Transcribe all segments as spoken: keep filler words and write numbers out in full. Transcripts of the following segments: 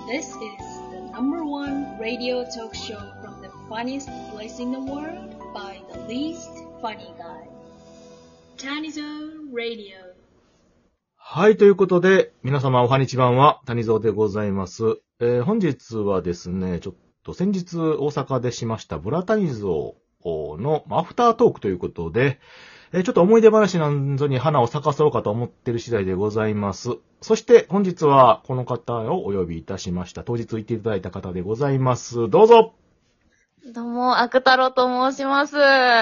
This is the number one radio talk show from the funniest place in the world by the least funny guy. Tanizo Radio. はい、ということで、皆様おはにちばんは、谷蔵でございます。えー、本日はですね、ちょっと先日大阪でしましたブラタニゾーのアフタートークということで、えー、ちょっと思い出話なんぞに花を咲かそうかと思っている次第でございます。そして本日はこの方をお呼びいたしました。当日行っていただいた方でございます。どうぞ。 どうも、アク太郎と申します。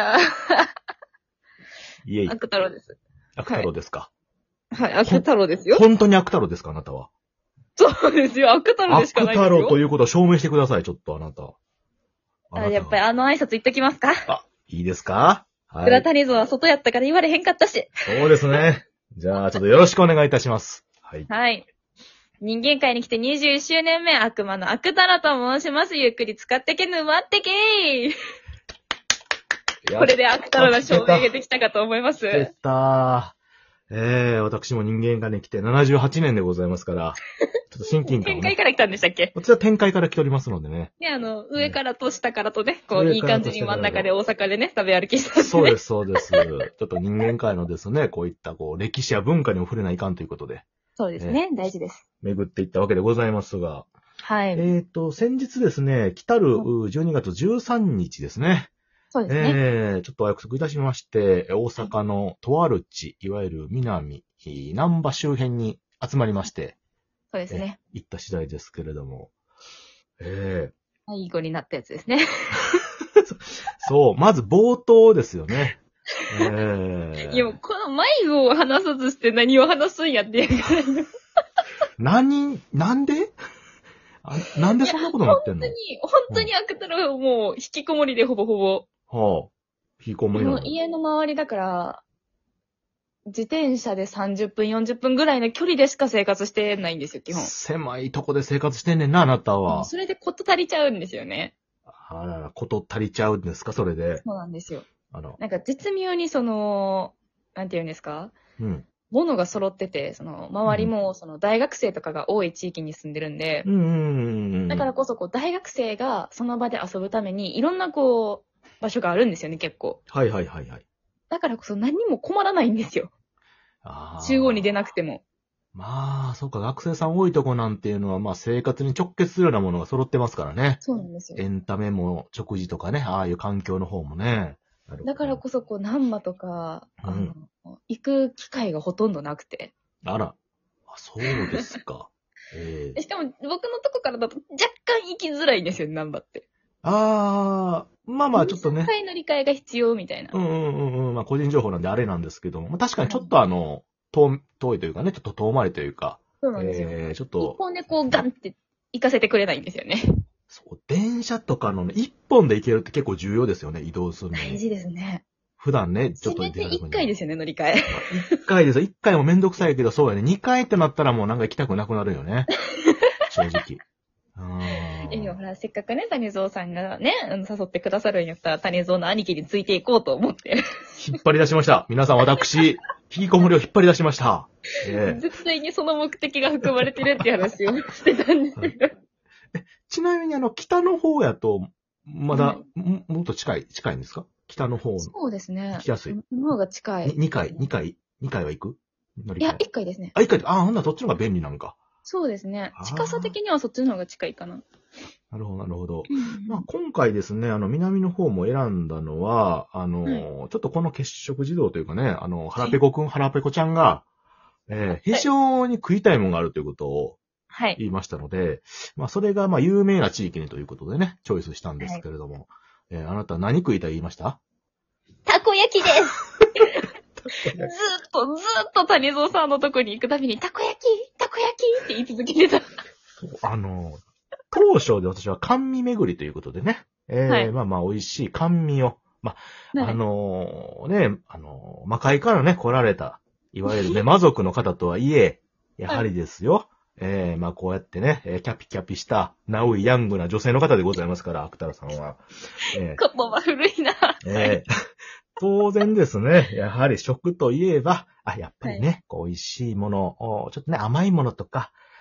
いえいえ。 アク太郎です。 アク太郎ですか。 はい、はい、アク太郎ですよ。 本当にアク太郎ですか、あなたは。 そうですよ、アク太郎でしかないですよ。 アク太郎ということを証明してください、ちょっとあなた。 あなたやっぱりあの挨拶言っときますか。 あ、いいですか。はい。 ブラタニゾは外やったから言われへんかったし。 そうですね。じゃあ、ちょっとよろしくお願いいたします。はい。 はい。人間界に来てにじゅういっしゅうねんめ、悪魔のアク太郎と申します。ゆっくり使ってけぬまってけー。これでアク太郎が証明できたかと思います。 出たー。ええー、私も人間界に来てななじゅうはちねんでございますから、ちょっと親近感を、ね。 展開から来たんでしたっけ？ 私は展開から来ておりますのでね。 ね、あの、上からと下からとね、こう、いい感じに真ん中で大阪でね、食べ歩きしたんで、ね。 そうです、そうです。ちょっと人間界のですね、こういったこう、歴史や文化にも触れないかんということで。 そうですね、えー、大事です。 巡っていったわけでございますが。 はい。 えっと、先日ですね、来たるじゅうにがつじゅうさんにちですね。 そうですね。 えー、ちょっとお約束いたしまして、大阪のとある地、いわゆる南、南波周辺に集まりまして、 そうですね。 行った次第ですけれども、えー、いい子になったやつですね。 そう、まず冒頭ですよね。えー、いや、この迷子を話さずして何を話すんやっていうから。 何、なんであなんでそんなことになってんの？ 本当に、本当にアク太郎もう引きこもりでほぼほぼ。 はあ。引きこもりなの？ 家の周りだから、自転車でさんじゅっぷん、よんじゅっぷんぐらいの距離でしか生活してないんですよ、基本。 狭いとこで生活してんねんな、あなたは。 それでこと足りちゃうんですよね。 あらら、こと足りちゃうんですか、それで。 そうなんですよ。 あの。 なんか絶妙にその、なんて言うんですか？ うん。 物が揃ってて、その、周りも、その、大学生とかが多い地域に住んでるんで、 うんうんうんうん、 だからこそ、こう、大学生がその場で遊ぶために、いろんな、こう、場所があるんですよね、結構。 はいはいはいはい。 だからこそ何にも困らないんですよ。あ中央に出なくても。 まあ、そうか、学生さん多いとこなんていうのは、まあ、生活に直結するようなものが揃ってますからね。 そうなんですよ。 エンタメも、食事とかね、ああいう環境の方もね。 だからこそ、こう、難波とか、うん、あの、行く機会がほとんどなくて。 あら、あ、そうですか。 えー、しかも、僕のとこからだと若干行きづらいんですよ、難波って。 ああ、まあまあちょっとね。 に、さんかい乗り換えが必要みたいな。 うんうんうんうん。まあ個人情報なんであれなんですけども、まあ、確かにちょっとあの、遠、遠いというかね、ちょっと遠回りというか。 そうなんですよ。 えー、ちょっと。 一本でこうガンって行かせてくれないんですよね。 そう、電車とかのね、一本で行けるって結構重要ですよね、移動するのに。 大事ですね。 普段ね、ちょっと。 せめて一回ですよね、乗り換え。 一回ですよ。一回もめんどくさいけど、そうやね。二回ってなったらもうなんか行きたくなくなるよね。正直。 え、でもほら、せっかくね、谷蔵さんがね、誘ってくださるんやったら、谷蔵の兄貴についていこうと思って。 引っ張り出しました。皆さん、私、引きこもりを引っ張り出しました。 えー、絶対にその目的が含まれてるって話をしてたんですよ。 えちなみに、あの、北の方やと、まだ、うん、もっと近い、近いんですか？北の方の。 そうですね。 行きやすい。 の方が近い。 にかい、にかい、にかいは行く？ 乗り換え。いや、いっかいですね。 あ、いっかい。ああ、ほんならそっちの方が便利なのか。 そうですね。近さ的にはそっちの方が近いかな。 なるほど、なるほど。うんまあ、今回ですね、あの、南の方も選んだのは、あの、はい、ちょっとこの血色児童というかね、あの、腹ペコくん、腹ペコちゃんが、えー、非常に食いたいものがあるということを、言いましたので、はい、まあ、それが、まあ、有名な地域にということでね、チョイスしたんですけれども、はい、えー、あなた何食いたい言いました？ たこ焼きですずーっと、ずーっと谷蔵さんのとこに行くたびに、たこ焼きたこ焼きって言い続けてた。 あの、当初で私は甘味巡りということでね、えーはい、まあまあ美味しい甘味を、まあ、はい、あのー、ね、あのー、魔界からね、来られた、いわゆるね、魔族の方とはいえ、やはりですよ、はい、えー、まあこうやってね、キャピキャピした、ナウイヤングな女性の方でございますから、アクタラさんは。 えー、言葉古いな。 えー当然ですね。やはり食といえば、あ、やっぱりね、はい、こう美味しいもの、ちょっとね、甘いものとか、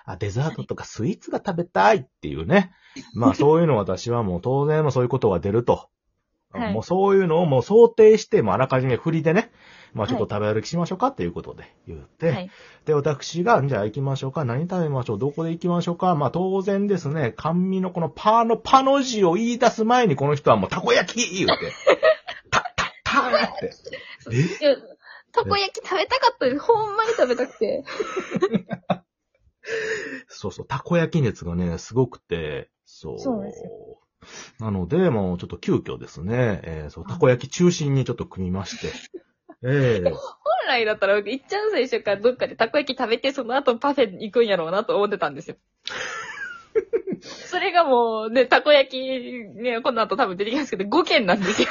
あ、デザートとかスイーツが食べたいっていうね。まあそういうの私はもう当然もそういうことが出ると。はい、もうそういうのをもう想定して、もうあらかじめ振りでね、まあちょっと食べ歩きしましょうかっていうことで言って、はい、で、私が、じゃあ行きましょうか、何食べましょう、どこで行きましょうか、まあ当然ですね、甘味のこのパーのパの字を言い出す前にこの人はもうたこ焼き言うて、た、た、たーって。 えたこ焼き食べたかったです。ほんまに食べたくて。 そうそう、たこ焼き熱がね、すごくて、そう。 そうですよ。 なので、もうちょっと急遽ですね、えー、そう、たこ焼き中心にちょっと組みまして。ええー。 本来だったら、いっちゃん最初からどっかでたこ焼き食べて、その後パフェ行くんやろうなと思ってたんですよ。それがもう、ね、たこ焼き、ね、この後多分出てきますけど、ごけんなんですよ。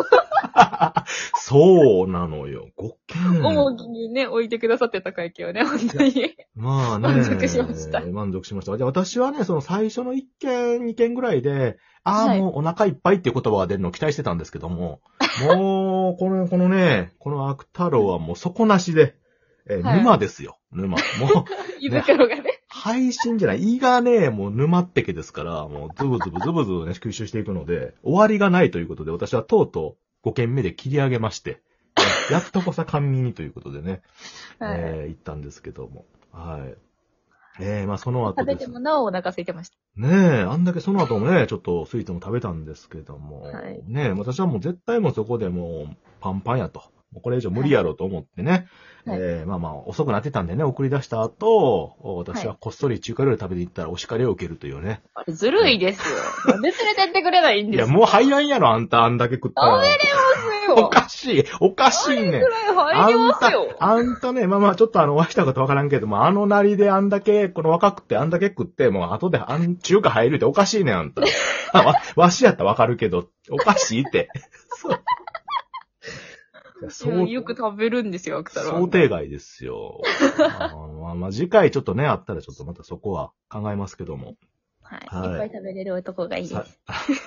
そうなのよ、ごけん。 重きにね、置いてくださってた会計をね、本当に。 まあね。 満足しました。 満足しました。じゃあ私はね、その最初のいっけん、にけんぐらいで、ああ、はい、もうお腹いっぱいっていう言葉が出るのを期待してたんですけども、もう、この、このね、このアク太郎はもう底なしで、えーはい、沼ですよ、沼。もう、 胃袋がね。 配信じゃない、胃がね、もう沼ってけですから、もうズブズブズブズブね、吸収していくので、終わりがないということで、私はとうとうごけんめで切り上げまして、やっとこさ甘味にということでね、はい、えー、行ったんですけども。はい。えー、まあその後食べてもなおお腹空いてました。 ねえ、あんだけその後もね、ちょっとスイーツも食べたんですけども、はい、ねえ、私はもう絶対もうそこでもうパンパンやと。もうこれ以上無理やろうと思ってね、はい、えー、まあまあ遅くなってたんでね、送り出した後、私はこっそり中華料理食べに行ったらお叱りを受けるというね。 あれずるいですよ。なんで連れてってくれないんですか？ いや、もう入らんやろ、あんたあんだけ食ったら。 食べれますよ。 おかしい、おかしいね。 入りますよ。 あんた、あんたね、まあまあちょっとあの、お会いしたことわからんけども、あのなりであんだけ、この若くてあんだけ食って、もう後であん、中華入るっておかしいね、あんた。わ、わしやったらわかるけど、おかしいって。そう。 そうよく食べるんですよ、アクタロは。 想定外ですよ。まあまあ、次回ちょっとね、あったらちょっとまたそこは考えますけども。 はい。はい、いっぱい食べれる男がいいです。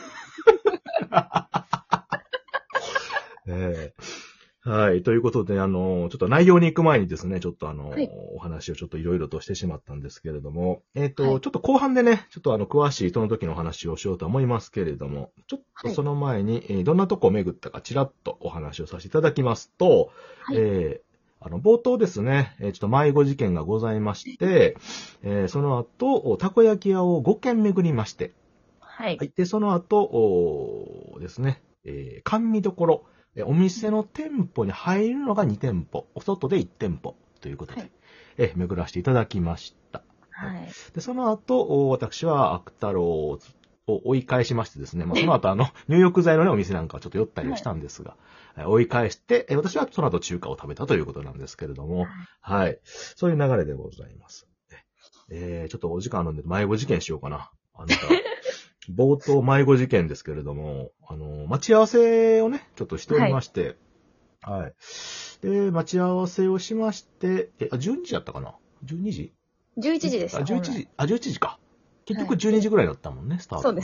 えー、はい。ということで、あの、ちょっと内容に行く前にですね、ちょっとあの、はい、お話をちょっといろいろとしてしまったんですけれども、えっ、ー、と、はい、ちょっと後半でね、ちょっとあの、詳しいその時のお話をしようと思いますけれども、ちょっとその前に、はい、えー、どんなとこを巡ったかちらっとお話をさせていただきますと、はい、えー、あの、冒頭ですね、えー、ちょっと迷子事件がございまして、えー、その後、たこ焼き屋をごけん巡りまして、 はい。 はい、で、その後、おですね、えー、甘味どころ、お店の店舗に入るのがにてんぽ、お外でいってんぽということで、はい、え巡らせていただきました。 はい。 で、その後、私はアク太郎を追い返しましてですね、まあ、その後あの、入浴剤のね、お店なんかをちょっと寄ったりはしたんですが、はい、追い返して、私はその後中華を食べたということなんですけれども、はい。はい、そういう流れでございます。えー、ちょっとお時間あるんで迷子事件しようかな。あなた。冒頭迷子事件ですけれども、あの、待ち合わせをね、ちょっとしておりまして、はい。はい、で、待ち合わせをしまして、え、あ、じゅうにじだったかな ?じゅうにじじゅういちじでした。 あ、じゅういちじ、あ、じゅういちじか。結局じゅうにじぐらいだったもんね、はい、スタート。 そうです。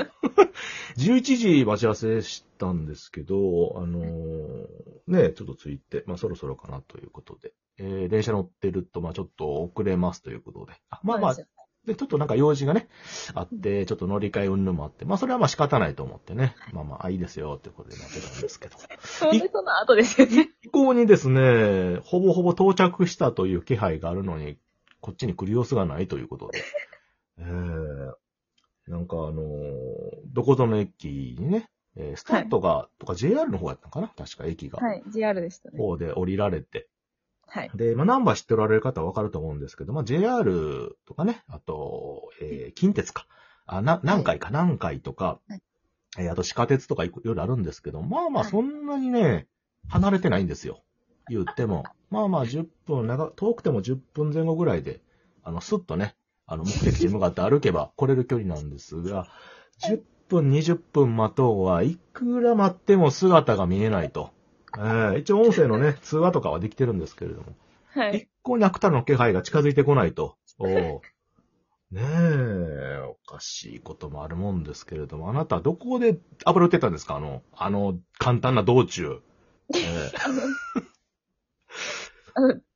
じゅういちじ待ち合わせしたんですけど、あのー、ね、ちょっとついて、まあそろそろかなということで、えー、電車乗ってると、まあちょっと遅れますということで、あまあまあ、で、ちょっとなんか用事がね、あって、ちょっと乗り換え云々もあって、まあそれはまあ仕方ないと思ってね、まあまあ、いいですよってことでなってたんですけど。 それその後ですよね。 一向にですね、ほぼほぼ到着したという気配があるのに、こっちに来る様子がないということで。えー、なんかあのー、どこぞの駅にね、えー、スタートが、はい、とか ジェイアール の方やったのかな確か駅が。 はい、ジェイアール でしたね。 方で降りられて。 はい。 で、まあ、ナンバー知っておられる方はわかると思うんですけど、まあ、ジェイアール とかね、あと、えー、近鉄か。あ、な、南海か、南海とか、はい、えー、あと地下鉄とかいろいろあるんですけど、まあまあ、そんなにね、離れてないんですよ。言っても。まあまあ、じゅっぷん、長、遠くてもじゅっぷんぜん後ぐらいで、あの、スッとね、あの、目的地に向かって歩けば来れる距離なんですが、じゅっぷん、にじゅっぷん待とうはいくら待っても姿が見えないと。えー、一応音声のね、通話とかはできてるんですけれども。 はい。 一向にアクタルの気配が近づいてこないと。おねえ、おかしいこともあるもんですけれども、あなたどこで油売ってたんですかあの、あの、簡単な道中。えー、 あの、あの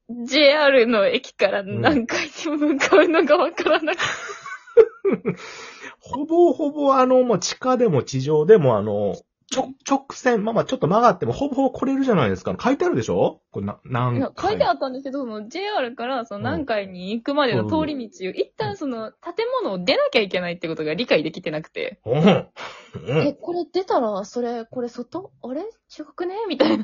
ジェイアール の駅から何階に向かうのがわからなくて。 ほぼほぼあの、まあ、地下でも地上でもあの、ちょ、直線、まあまあちょっと曲がってもほぼほぼ来れるじゃないですか。書いてあるでしょこれな、何いや、書いてあったんですけど、その ジェイアール からその何階に行くまでの通り道を、一旦その建物を出なきゃいけないってことが理解できてなくて。 うん。うん。 え、これ出たら、それ、これ外あれ違くねみたいな。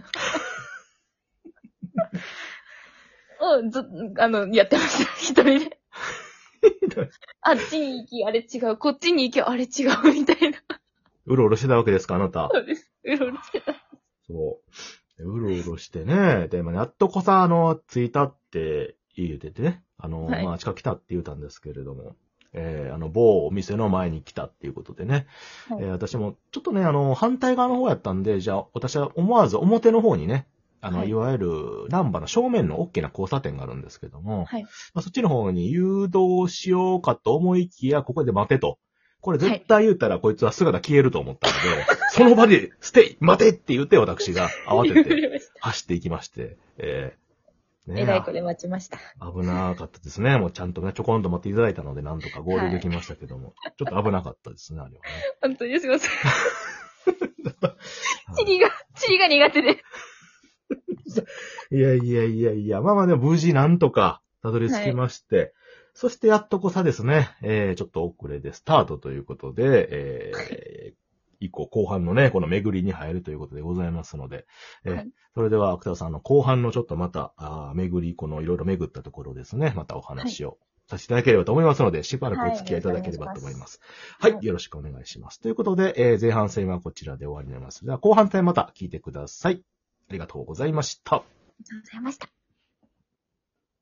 をず、あの、やってました。一人で。あっちに行き、あれ違う。こっちに行き、あれ違う。みたいな。 うろうろしてたわけですか、あなた。 そうです。うろうろしてた。 そう。うろうろしてね。で、まあ、やっとこさ、あの、着いたって言うててね。あの、 はいまあ、近く来たって言うたんですけれども。えー、あの、某お店の前に来たっていうことでね。 はいえー、私も、ちょっとね、あの、反対側の方やったんで、じゃあ、私は思わず表の方にね、あの、 はいいわゆる、南波の正面の大きな交差点があるんですけども、 はい。 まあ、そっちの方に誘導しようかと思いきや、ここで待てと。これ絶対言ったらこいつは姿消えると思ったので、その場でステイ待てって言って私が慌てて走っていきまして、えー、ねえらい子で待ちました。 危なかったですね。もうちゃんとね、ちょこんと待っていただいたので、なんとかゴールできましたけども、ちょっと危なかったですね、あれはね。 本当にすいません。チリが、チリが苦手で。 いやいやいやいや、まあまあでも無事なんとかたどり着きまして、はい、そしてやっとこさですね、えー、ちょっと遅れでスタートということで、えー、以降後半のね、この巡りに入るということでございますので、えーはい、それでは、芥田さんの後半のちょっとまた、あ巡り、このいろいろ巡ったところですね、またお話をさせていただければと思いますので、しばらくお付き合いいただければと思います。はい、はい、よろしくお願いします。ということで、えー、前半戦はこちらで終わりになります。では後半戦また聞いてください。ありがとうございました。 ありがとうございました。